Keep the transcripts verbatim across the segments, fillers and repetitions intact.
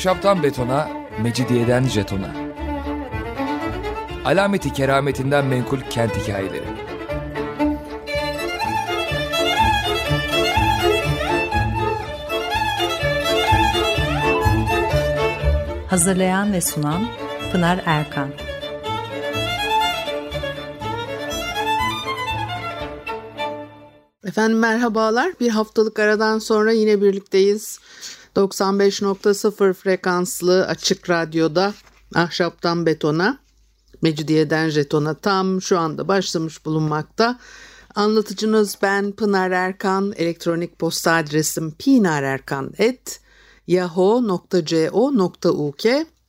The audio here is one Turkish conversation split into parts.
Ahşaptan betona, mecidiyeden jetona. Alameti kerametinden menkul kent hikayeleri. Hazırlayan ve sunan Pınar Erkan. Efendim merhabalar. Bir haftalık aradan sonra yine birlikteyiz. doksan beş nokta sıfır frekanslı açık radyoda ahşaptan betona, mecidiyeden jetona tam şu anda başlamış bulunmakta. Anlatıcınız ben Pınar Erkan. Elektronik posta adresim pinarerkan at yahoo nokta co nokta uk.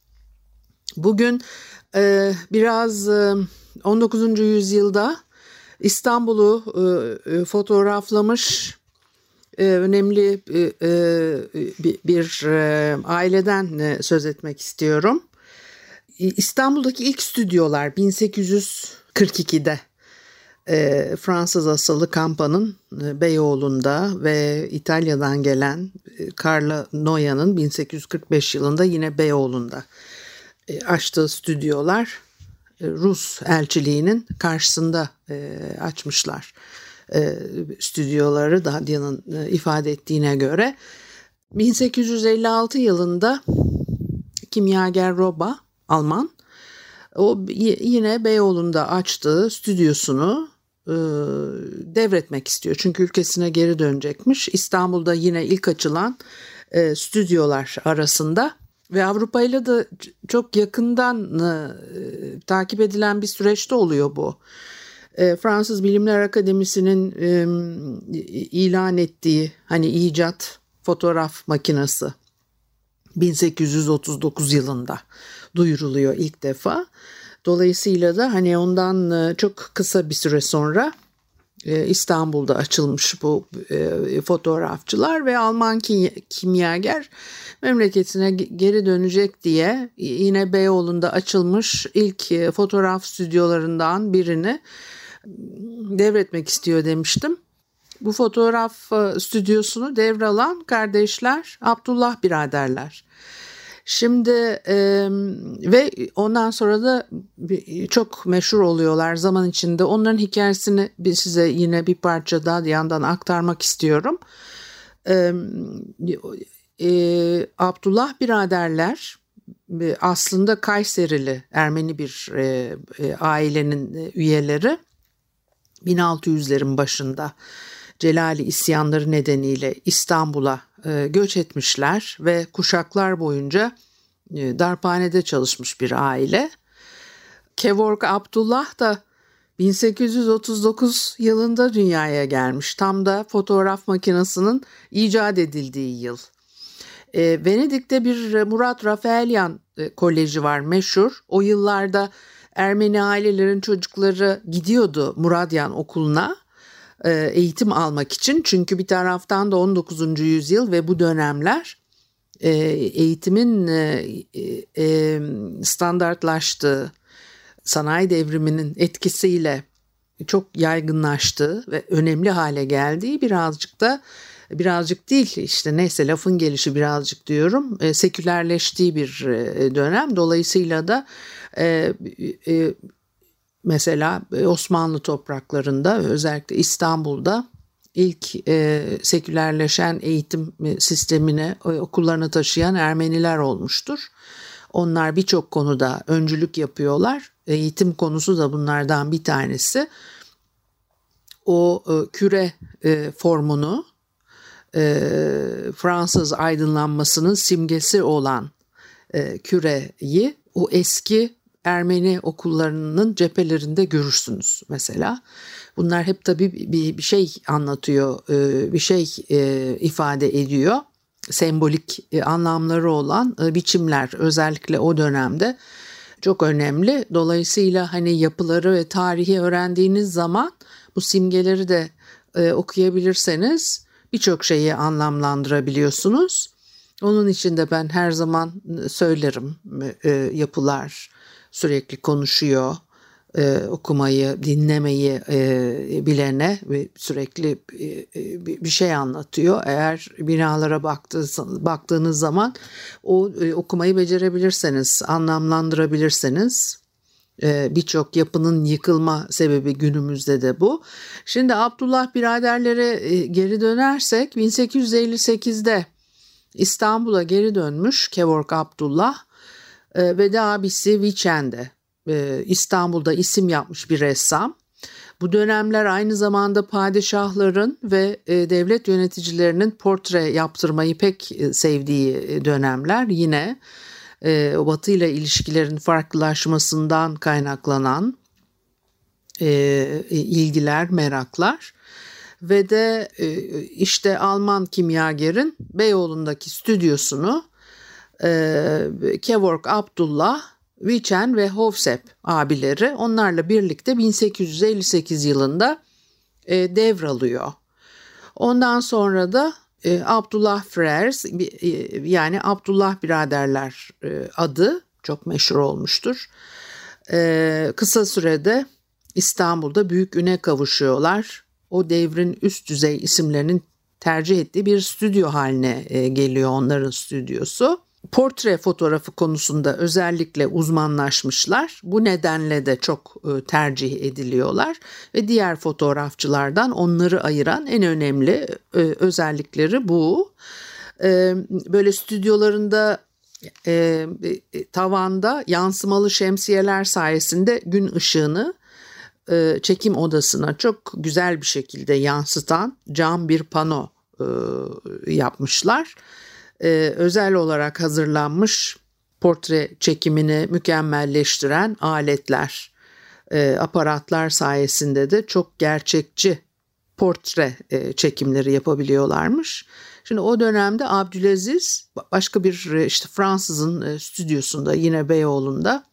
Bugün e, biraz e, on dokuzuncu yüzyılda İstanbul'u e, fotoğraflamış e, önemli e, bir, bir e, aileden e, söz etmek istiyorum. İstanbul'daki ilk stüdyolar bin sekiz yüz kırk ikide e, Fransız asıllı Campa'nın e, Beyoğlu'nda ve İtalya'dan gelen e, Carla Noya'nın bin sekiz yüz kırk beş yılında yine Beyoğlu'nda e, açtığı stüdyolar e, Rus elçiliğinin karşısında e, açmışlar. E, stüdyoları da Diyan'ın e, ifade ettiğine göre bin sekiz yüz elli altı yılında kimyager Roba, Alman, o yine Beyoğlu'nda açtığı stüdyosunu e, devretmek istiyor. Çünkü ülkesine geri dönecekmiş. İstanbul'da yine ilk açılan e, stüdyolar arasında ve Avrupa ile de çok yakından e, takip edilen bir süreçte oluyor bu. E, Fransız Bilimler Akademisi'nin e, ilan ettiği hani icat fotoğraf makinesi bin sekiz yüz otuz dokuz yılında duyuruluyor ilk defa. Dolayısıyla da hani ondan çok kısa bir süre sonra İstanbul'da açılmış bu fotoğrafçılar ve Alman kimyager memleketine geri dönecek diye yine Beyoğlu'nda açılmış ilk fotoğraf stüdyolarından birini devretmek istiyor demiştim. Bu fotoğraf stüdyosunu devralan kardeşler Abdullah biraderler. Şimdi e, ve ondan sonra da çok meşhur oluyorlar zaman içinde. Onların hikayesini size yine bir parça daha yandan aktarmak istiyorum. E, e, Abdullah biraderler aslında Kayserili Ermeni bir e, e, ailenin üyeleri. bin altı yüzlerin başında Celali isyanları nedeniyle İstanbul'a e, göç etmişler ve kuşaklar boyunca e, darphanede çalışmış bir aile. Kevork Abdullah da bin sekiz yüz otuz dokuz yılında dünyaya gelmiş. Tam da fotoğraf makinesinin icat edildiği yıl. E, Venedik'te bir Murat Rafaelyan e, Koleji var meşhur. O yıllarda Ermeni ailelerin çocukları gidiyordu Muradyan Okulu'na eğitim almak için. Çünkü bir taraftan da on dokuzuncu yüzyıl ve bu dönemler eğitimin standartlaştığı, sanayi devriminin etkisiyle çok yaygınlaştığı ve önemli hale geldiği birazcık da birazcık değil işte neyse lafın gelişi birazcık diyorum sekülerleştiği bir dönem. Dolayısıyla da mesela Osmanlı topraklarında özellikle İstanbul'da ilk e, sekülerleşen eğitim sistemine okullarını taşıyan Ermeniler olmuştur. Onlar birçok konuda öncülük yapıyorlar. Eğitim konusu da bunlardan bir tanesi. O e, küre e, formunu e, Fransız aydınlanmasının simgesi olan e, küreyi o eski Ermeni okullarının cephelerinde görürsünüz mesela. Bunlar hep tabii bir, bir şey anlatıyor, bir şey ifade ediyor. Sembolik anlamları olan biçimler özellikle o dönemde çok önemli. Dolayısıyla hani yapıları ve tarihi öğrendiğiniz zaman bu simgeleri de okuyabilirseniz birçok şeyi anlamlandırabiliyorsunuz. Onun için de ben her zaman söylerim yapılar sürekli konuşuyor. e, okumayı, dinlemeyi e, bilene ve sürekli e, bir şey anlatıyor. Eğer binalara baktığı, baktığınız zaman o e, okumayı becerebilirseniz, anlamlandırabilirseniz, e, birçok yapının yıkılma sebebi günümüzde de bu. Şimdi Abdullah biraderlere e, geri dönersek bin sekiz yüz elli sekizde İstanbul'a geri dönmüş Kevork Abdullah e, ve de abisi Viçen'de e, İstanbul'da isim yapmış bir ressam. Bu dönemler aynı zamanda padişahların ve e, devlet yöneticilerinin portre yaptırmayı pek e, sevdiği dönemler. Yine e, Batı ile ilişkilerin farklılaşmasından kaynaklanan e, ilgiler, meraklar. Ve de işte Alman kimyagerin Beyoğlu'ndaki stüdyosunu Kevork Abdullah, Viçen ve Hovsep abileri onlarla birlikte bin sekiz yüz elli sekiz yılında devralıyor. Ondan sonra da Abdullah Frères, yani Abdullah biraderler adı çok meşhur olmuştur. Kısa sürede İstanbul'da büyük üne kavuşuyorlar. O devrin üst düzey isimlerinin tercih ettiği bir stüdyo haline geliyor onların stüdyosu. Portre fotoğrafı konusunda özellikle uzmanlaşmışlar. Bu nedenle de çok tercih ediliyorlar ve diğer fotoğrafçılardan onları ayıran en önemli özellikleri bu. Böyle stüdyolarında tavanda yansımalı şemsiyeler sayesinde gün ışığını çekim odasına çok güzel bir şekilde yansıtan cam bir pano e, yapmışlar. E, özel olarak hazırlanmış portre çekimini mükemmelleştiren aletler, e, aparatlar sayesinde de çok gerçekçi portre e, çekimleri yapabiliyorlarmış. Şimdi o dönemde Abdülaziz başka bir işte Fransızın stüdyosunda yine Beyoğlu'nda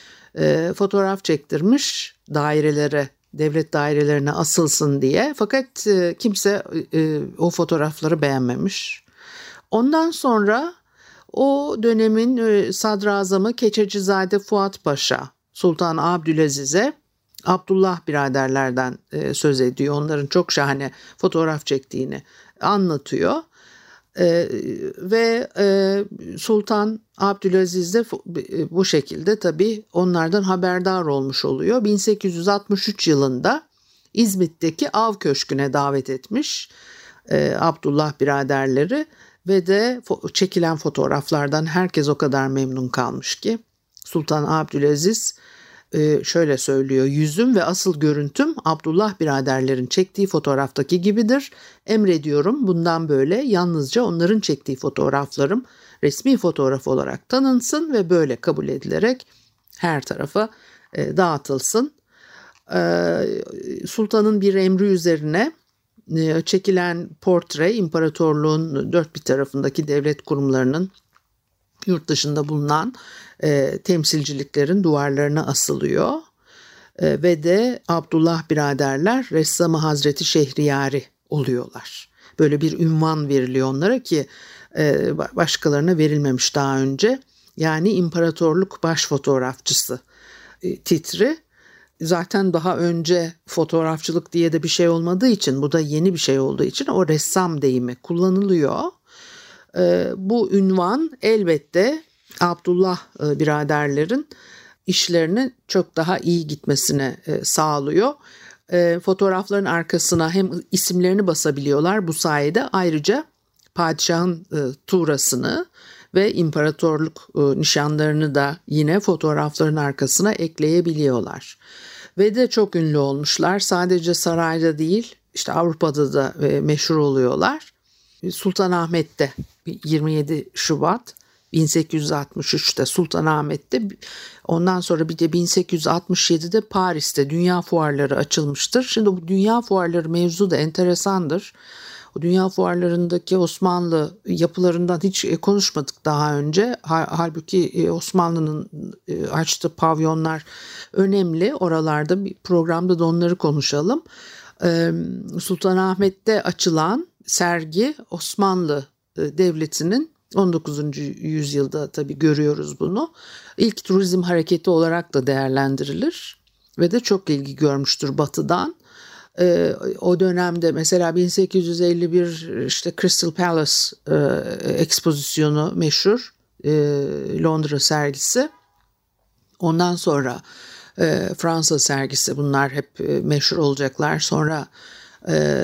E, fotoğraf çektirmiş dairelere, devlet dairelerine asılsın diye. Fakat e, kimse e, o fotoğrafları beğenmemiş. Ondan sonra o dönemin e, sadrazamı Keçecizade Fuat Paşa, Sultan Abdülaziz'e Abdullah biraderlerden e, söz ediyor. Onların çok şahane fotoğraf çektiğini anlatıyor. Ee, ve e, Sultan Abdülaziz de bu şekilde tabii onlardan haberdar olmuş oluyor. bin sekiz yüz altmış üç yılında İzmit'teki Av Köşkü'ne davet etmiş e, Abdullah biraderleri ve de fo- çekilen fotoğraflardan herkes o kadar memnun kalmış ki Sultan Abdülaziz e, şöyle söylüyor: yüzüm ve asıl görüntüm Abdullah biraderlerin çektiği fotoğraftaki gibidir. Emrediyorum bundan böyle yalnızca onların çektiği fotoğraflarım resmi fotoğraf olarak tanınsın ve böyle kabul edilerek her tarafa e, dağıtılsın. E, Sultanın bir emri üzerine e, çekilen portre imparatorluğun dört bir tarafındaki devlet kurumlarının yurt dışında bulunan e, temsilciliklerin duvarlarına asılıyor e, ve de Abdullah biraderler ressamı Hazreti Şehriyari oluyorlar. Böyle bir ünvan veriliyor onlara ki e, başkalarına verilmemiş daha önce. Yani imparatorluk baş fotoğrafçısı e, titri. Zaten daha önce fotoğrafçılık diye de bir şey olmadığı için, bu da yeni bir şey olduğu için o ressam deyimi kullanılıyor. E, bu ünvan elbette Abdullah e, biraderlerin işlerinin çok daha iyi gitmesine e, sağlıyor. E, fotoğrafların arkasına hem isimlerini basabiliyorlar bu sayede, ayrıca padişahın e, tuğrasını ve imparatorluk e, nişanlarını da yine fotoğrafların arkasına ekleyebiliyorlar. Ve de çok ünlü olmuşlar. Sadece sarayda değil, işte Avrupa'da da e, meşhur oluyorlar. Sultanahmet'te yirmi yedi Şubat bin sekiz yüz altmış üçte Sultanahmet'te, ondan sonra bir de bin sekiz yüz altmış yedide Paris'te dünya fuarları açılmıştır. Şimdi bu dünya fuarları mevzu da enteresandır. O dünya fuarlarındaki Osmanlı yapılarından hiç konuşmadık daha önce. Halbuki Osmanlı'nın açtığı pavyonlar önemli. Oralarda bir programda da onları konuşalım. Sultanahmet'te açılan sergi Osmanlı Devleti'nin on dokuzuncu yüzyılda tabii görüyoruz bunu. İlk turizm hareketi olarak da değerlendirilir. ve de çok ilgi görmüştür Batı'dan. Ee, o dönemde mesela bin sekiz yüz elli bir işte Crystal Palace e, ekspozisyonu meşhur, e, Londra sergisi. Ondan sonra e, Fransa sergisi, bunlar hep e, meşhur olacaklar. Sonra e,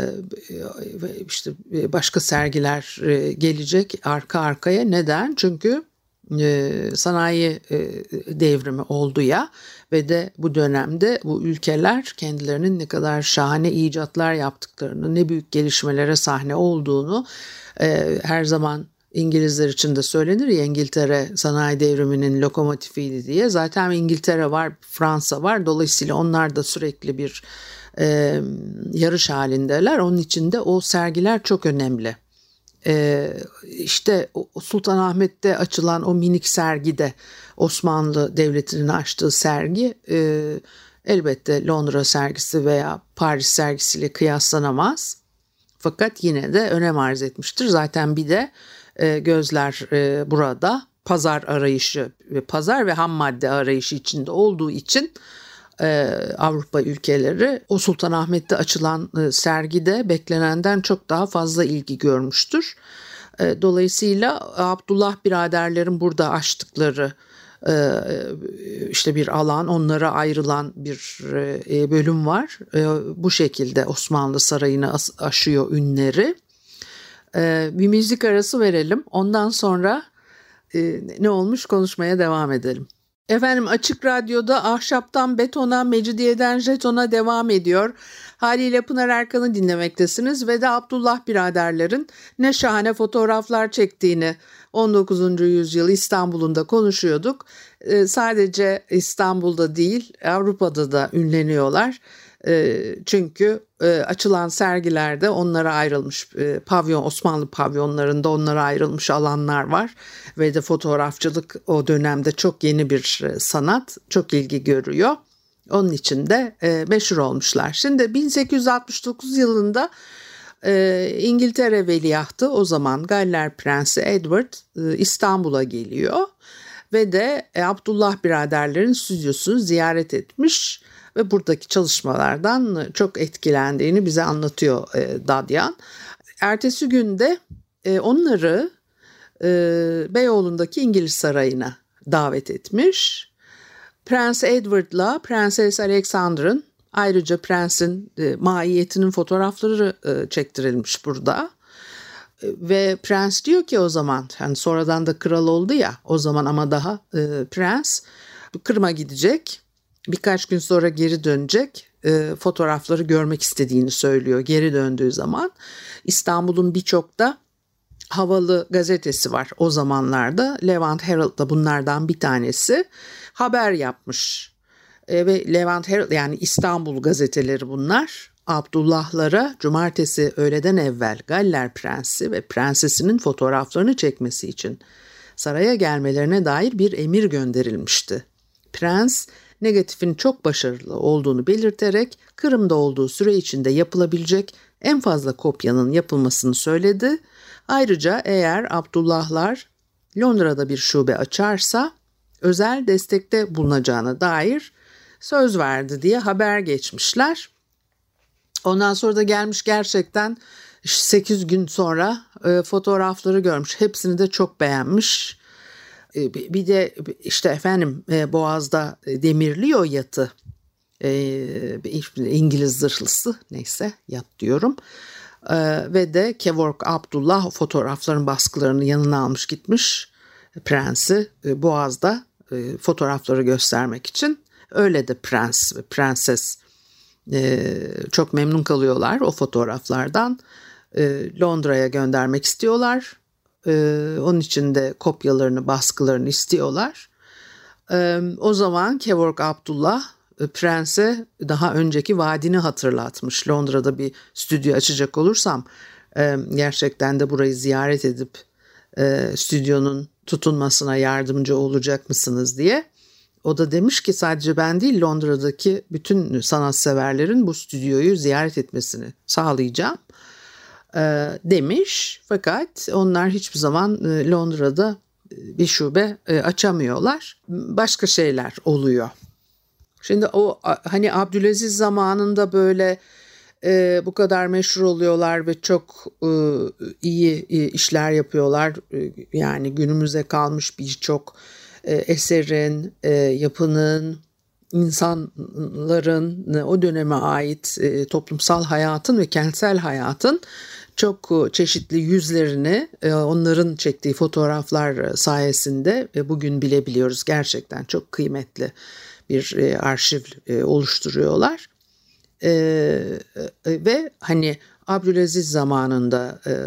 işte başka sergiler e, gelecek arka arkaya. Neden? Çünkü e, sanayi e, devrimi oldu ya ve de bu dönemde bu ülkeler kendilerinin ne kadar şahane icatlar yaptıklarını, ne büyük gelişmelere sahne olduğunu e, her zaman İngilizler için de söylenir ya, İngiltere sanayi devriminin lokomotifiydi diye. Zaten İngiltere var, Fransa var. Dolayısıyla onlar da sürekli bir e, yarış halindeler. Onun için de o sergiler çok önemli. E, işte Sultanahmet'te açılan o minik sergide, Osmanlı Devleti'nin açtığı sergi e, elbette Londra sergisi veya Paris sergisiyle kıyaslanamaz. Fakat yine de önem arz etmiştir. Zaten bir de e, gözler e, burada pazar arayışı, pazar ve ham madde arayışı içinde olduğu için e, Avrupa ülkeleri o Sultanahmet'te açılan e, sergide beklenenden çok daha fazla ilgi görmüştür. E, dolayısıyla Abdullah biraderlerin burada açtıkları e, işte bir alan, onlara ayrılan bir e, bölüm var. E, bu şekilde Osmanlı Sarayı'nı aşıyor ünleri. E, bir müzik arası verelim. Ondan sonra e, ne olmuş konuşmaya devam edelim. Efendim, Açık Radyo'da Ahşaptan Betona, Mecidiyeden Jeton'a devam ediyor. Haliyle Pınar Erkan'ı dinlemektesiniz ve de Abdullah biraderlerin ne şahane fotoğraflar çektiğini on dokuzuncu yüzyıl İstanbul'unda konuşuyorduk. Ee, sadece İstanbul'da değil, Avrupa'da da ünleniyorlar. Ee, çünkü e, açılan sergilerde onlara ayrılmış e, pavyon, Osmanlı pavyonlarında onlara ayrılmış alanlar var ve de fotoğrafçılık o dönemde çok yeni bir sanat, çok ilgi görüyor. Onun için de e, meşhur olmuşlar. Şimdi bin sekiz yüz altmış dokuz yılında e, İngiltere veliahtı, o zaman Galler Prensi Edward e, İstanbul'a geliyor ve de e, Abdullah biraderlerin stüdyosunu ziyaret etmiş ve buradaki çalışmalardan çok etkilendiğini bize anlatıyor e, Dadyan. Ertesi günde e, onları e, Beyoğlu'ndaki İngiliz Sarayı'na davet etmiş. Prens Edward'la Prenses Alexandra'nın, ayrıca prensin e, mahiyetinin fotoğrafları e, çektirilmiş burada. E, ve prens diyor ki o zaman, yani sonradan da kral oldu ya o zaman ama daha e, prens, Kırım'a gidecek. Birkaç gün sonra geri dönecek, e, fotoğrafları görmek istediğini söylüyor geri döndüğü zaman. İstanbul'un birçok da havalı gazetesi var o zamanlarda. Levant Herald da bunlardan bir tanesi. Haber yapmış e, ve Levant Herald, yani İstanbul gazeteleri bunlar, Abdullahlara cumartesi öğleden evvel Galler Prensi ve prensesinin fotoğraflarını çekmesi için saraya gelmelerine dair bir emir gönderilmişti. Prens negatifin çok başarılı olduğunu belirterek Kırım'da olduğu süre içinde yapılabilecek en fazla kopyanın yapılmasını söyledi. Ayrıca eğer Abdullahlar Londra'da bir şube açarsa özel destekte bulunacağına dair söz verdi diye haber geçmişler. Ondan sonra da gelmiş, gerçekten sekiz gün sonra e, fotoğrafları görmüş. Hepsini de çok beğenmiş. E, bir de işte efendim e, Boğaz'da demirli o yatı, e, İngiliz zırhlısı, neyse yat diyorum. E, ve de Kevork Abdullah fotoğrafların baskılarını yanına almış gitmiş. Prensi e, Boğaz'da e, fotoğrafları göstermek için. Öyle de prens ve prenses e, çok memnun kalıyorlar o fotoğraflardan. E, Londra'ya göndermek istiyorlar. E, onun için de kopyalarını, baskılarını istiyorlar. E, o zaman Kevork Abdullah e, prense daha önceki vaadini hatırlatmış. Londra'da bir stüdyo açacak olursam e, gerçekten de burayı ziyaret edip e, stüdyonun tutunmasına yardımcı olacak mısınız diye. O da demiş ki sadece ben değil, Londra'daki bütün sanatseverlerin bu stüdyoyu ziyaret etmesini sağlayacağım e, demiş. Fakat onlar hiçbir zaman e, Londra'da bir şube e, açamıyorlar. Başka şeyler oluyor. Şimdi o hani Abdülaziz zamanında böyle e, bu kadar meşhur oluyorlar ve çok e, iyi e, işler yapıyorlar. E, yani günümüze kalmış birçok e, eserin, e, yapının, insanların o döneme ait e, toplumsal hayatın ve kentsel hayatın çok çeşitli yüzlerini e, onların çektiği fotoğraflar sayesinde e, bugün bilebiliyoruz. Gerçekten çok kıymetli bir e, arşiv e, oluşturuyorlar. E, e, ve hani Abdülaziz zamanında e,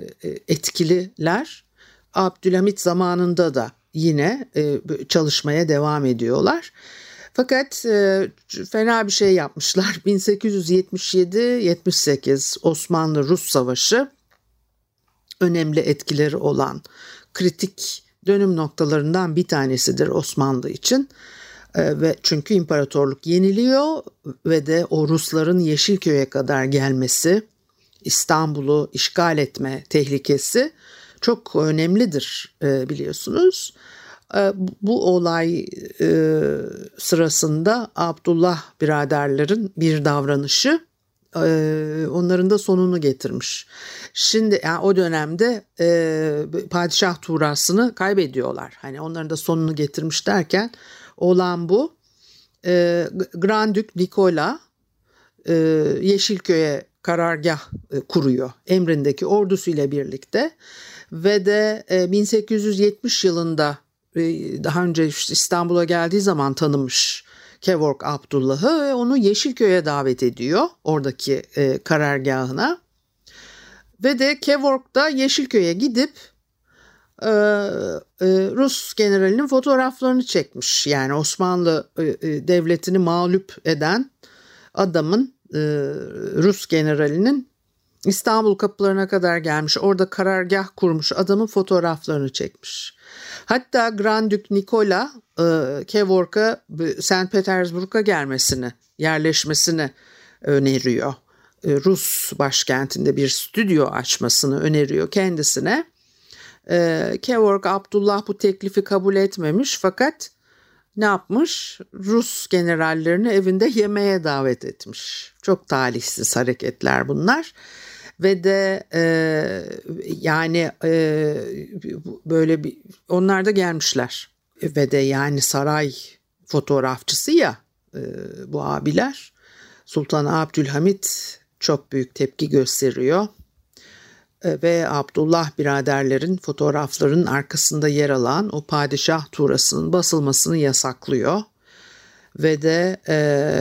etkililer, Abdülhamit zamanında da yine e, çalışmaya devam ediyorlar. Fakat e, fena bir şey yapmışlar. bin sekiz yüz yetmiş yedi yetmiş sekiz Osmanlı-Rus Savaşı önemli etkileri olan kritik dönüm noktalarından bir tanesidir Osmanlı için. E, ve çünkü imparatorluk yeniliyor ve de o Rusların Yeşilköy'e kadar gelmesi, İstanbul'u işgal etme tehlikesi çok önemlidir e, biliyorsunuz. Bu olay e, sırasında Abdullah biraderlerin bir davranışı e, onların da sonunu getirmiş. Şimdi yani o dönemde e, padişah tuğrasını kaybediyorlar. Hani onların da sonunu getirmiş derken olan bu. E, Grand Duke Nikola e, Yeşilköy'e karargah e, kuruyor emrindeki ordusuyla birlikte ve de e, bin sekiz yüz yetmiş yılında daha önce İstanbul'a geldiği zaman tanımış Kevork Abdullah'ı ve onu Yeşilköy'e davet ediyor oradaki e, karargahına. Ve de Kevork da Yeşilköy'e gidip e, e, Rus generalinin fotoğraflarını çekmiş. Yani Osmanlı e, devletini mağlup eden adamın e, Rus generalinin İstanbul kapılarına kadar gelmiş, orada karargah kurmuş adamın fotoğraflarını çekmiş. Hatta Grand Duke Nikola e, Kevork'a Saint Petersburg'a gelmesini, yerleşmesini öneriyor. E, Rus başkentinde bir stüdyo açmasını öneriyor kendisine. E, Kevork Abdullah bu teklifi kabul etmemiş fakat ne yapmış? Rus generallerini evinde yemeğe davet etmiş. Çok talihsiz hareketler bunlar. Ve de e, yani e, böyle bir onlar da gelmişler. Ve de yani saray fotoğrafçısı ya e, bu abiler. Sultan Abdülhamit çok büyük tepki gösteriyor. E, ve Abdullah biraderlerin fotoğraflarının arkasında yer alan o padişah tuğrasının basılmasını yasaklıyor. Ve de e,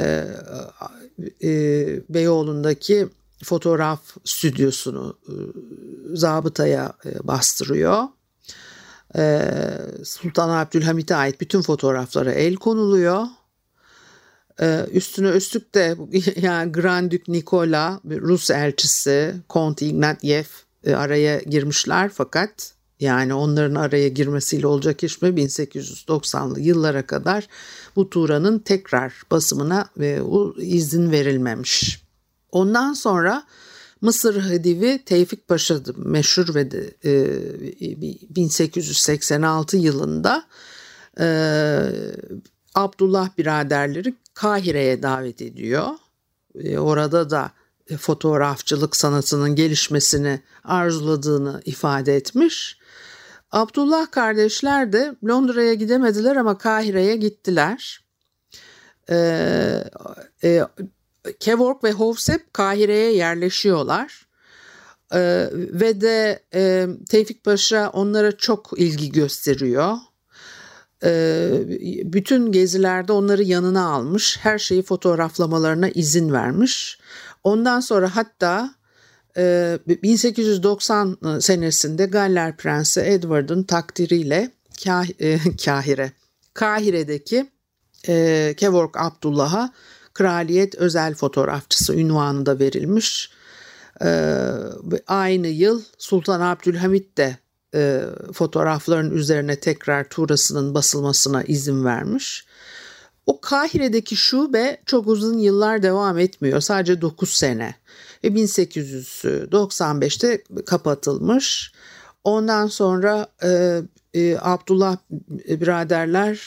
e, Beyoğlu'ndaki fotoğraf stüdyosunu e, zabıtaya e, bastırıyor. E, Sultan Abdülhamit'e ait bütün fotoğraflara el konuluyor. E, üstüne üstlük de yani Grand Duke Nikola, Rus elçisi Kont Ignatiev e, araya girmişler fakat yani onların araya girmesiyle olacak iş mi? bin sekiz yüz doksanlı yıllara kadar bu tuğranın tekrar basımına e, izin verilmemiş. Ondan sonra Mısır Hedivi Tevfik Paşa meşhur ve de, e, bin sekiz yüz seksen altı yılında e, Abdullah biraderleri Kahire'ye davet ediyor. E, orada da e, fotoğrafçılık sanatının gelişmesini arzuladığını ifade etmiş. Abdullah kardeşler de Londra'ya gidemediler ama Kahire'ye gittiler. E, e, Kevork ve Hovsep Kahire'ye yerleşiyorlar ee, ve de e, Tevfik Paşa onlara çok ilgi gösteriyor. Ee, bütün gezilerde onları yanına almış, her şeyi fotoğraflamalarına izin vermiş. Ondan sonra hatta e, bin sekiz yüz doksan senesinde Galler Prensi Edward'ın takdiriyle Kah, e, Kahire, Kahire'deki e, Kevork Abdullah'a Kraliyet Özel Fotoğrafçısı unvanı da verilmiş. Ee, aynı yıl Sultan Abdülhamit de e, fotoğrafların üzerine tekrar tuğrasının basılmasına izin vermiş. O Kahire'deki şube çok uzun yıllar devam etmiyor. Sadece dokuz sene. Ve bin sekiz yüz doksan beşte kapatılmış. Ondan sonra e, e, Abdullah biraderler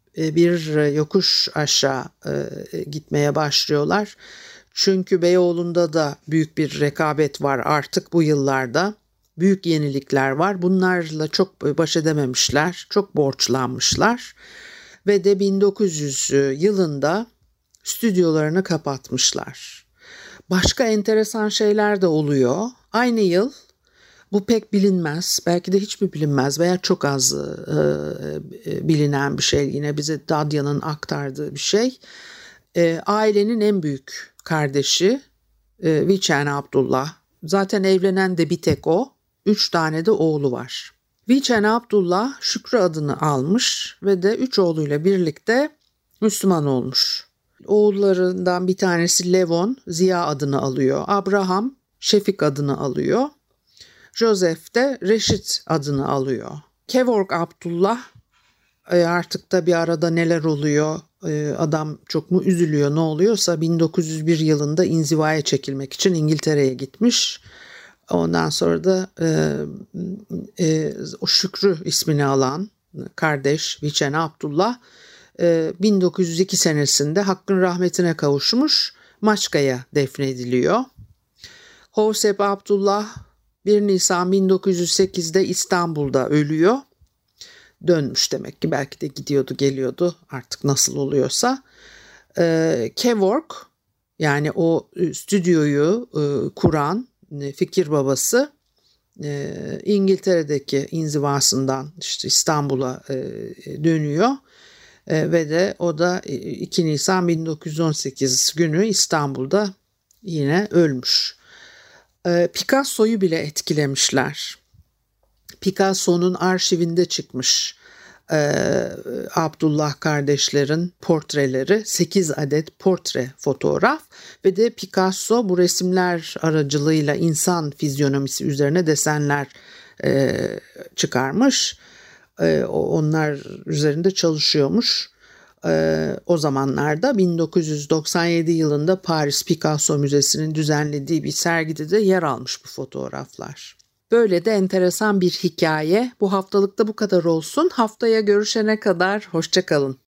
bir yokuş aşağı gitmeye başlıyorlar. Çünkü Beyoğlu'nda da büyük bir rekabet var artık bu yıllarda. Büyük yenilikler var. Bunlarla çok baş edememişler. Çok borçlanmışlar. Ve de bin dokuz yüz yılında stüdyolarını kapatmışlar. Başka enteresan şeyler de oluyor. Aynı yıl, bu pek bilinmez, belki de hiç mi bilinmez veya çok az e, bilinen bir şey. Yine bize Dadya'nın aktardığı bir şey. E, ailenin en büyük kardeşi e, Viçen Abdullah. Zaten evlenen de bir tek o. Üç tane de oğlu var. Viçen Abdullah Şükrü adını almış ve de üç oğluyla birlikte Müslüman olmuş. Oğullarından bir tanesi Levon Ziya adını alıyor. Abraham Şefik adını alıyor. Joseph de Reşit adını alıyor. Kevork Abdullah artık da bir arada neler oluyor, adam çok mu üzülüyor ne oluyorsa bin dokuz yüz bir yılında inzivaya çekilmek için İngiltere'ye gitmiş. Ondan sonra da e, e, o Şükrü ismini alan kardeş Viçen Abdullah e, bin dokuz yüz iki senesinde Hakk'ın rahmetine kavuşmuş, Maçka'ya defnediliyor. Hovsep Abdullah bir Nisan bin dokuz yüz sekizde İstanbul'da ölüyor. Dönmüş demek ki, belki de gidiyordu geliyordu artık nasıl oluyorsa. E, Kevork, yani o stüdyoyu e, kuran fikir babası, e, İngiltere'deki inzivasından işte İstanbul'a e, dönüyor e, ve de o da iki Nisan bin dokuz yüz on sekiz günü İstanbul'da yine ölmüş. E, Picasso'yu bile etkilemişler. Picasso'nun arşivinde çıkmış e, Abdullah kardeşlerin portreleri, sekiz adet portre fotoğraf ve de Picasso bu resimler aracılığıyla insan fizyonomisi üzerine desenler e, çıkarmış. E, onlar üzerinde çalışıyormuş. E, o zamanlarda bin dokuz yüz doksan yedi yılında Paris Picasso Müzesi'nin düzenlediği bir sergide de yer almış bu fotoğraflar. Böyle de enteresan bir hikaye. Bu haftalıkta bu kadar olsun. Haftaya görüşene kadar hoşça kalın.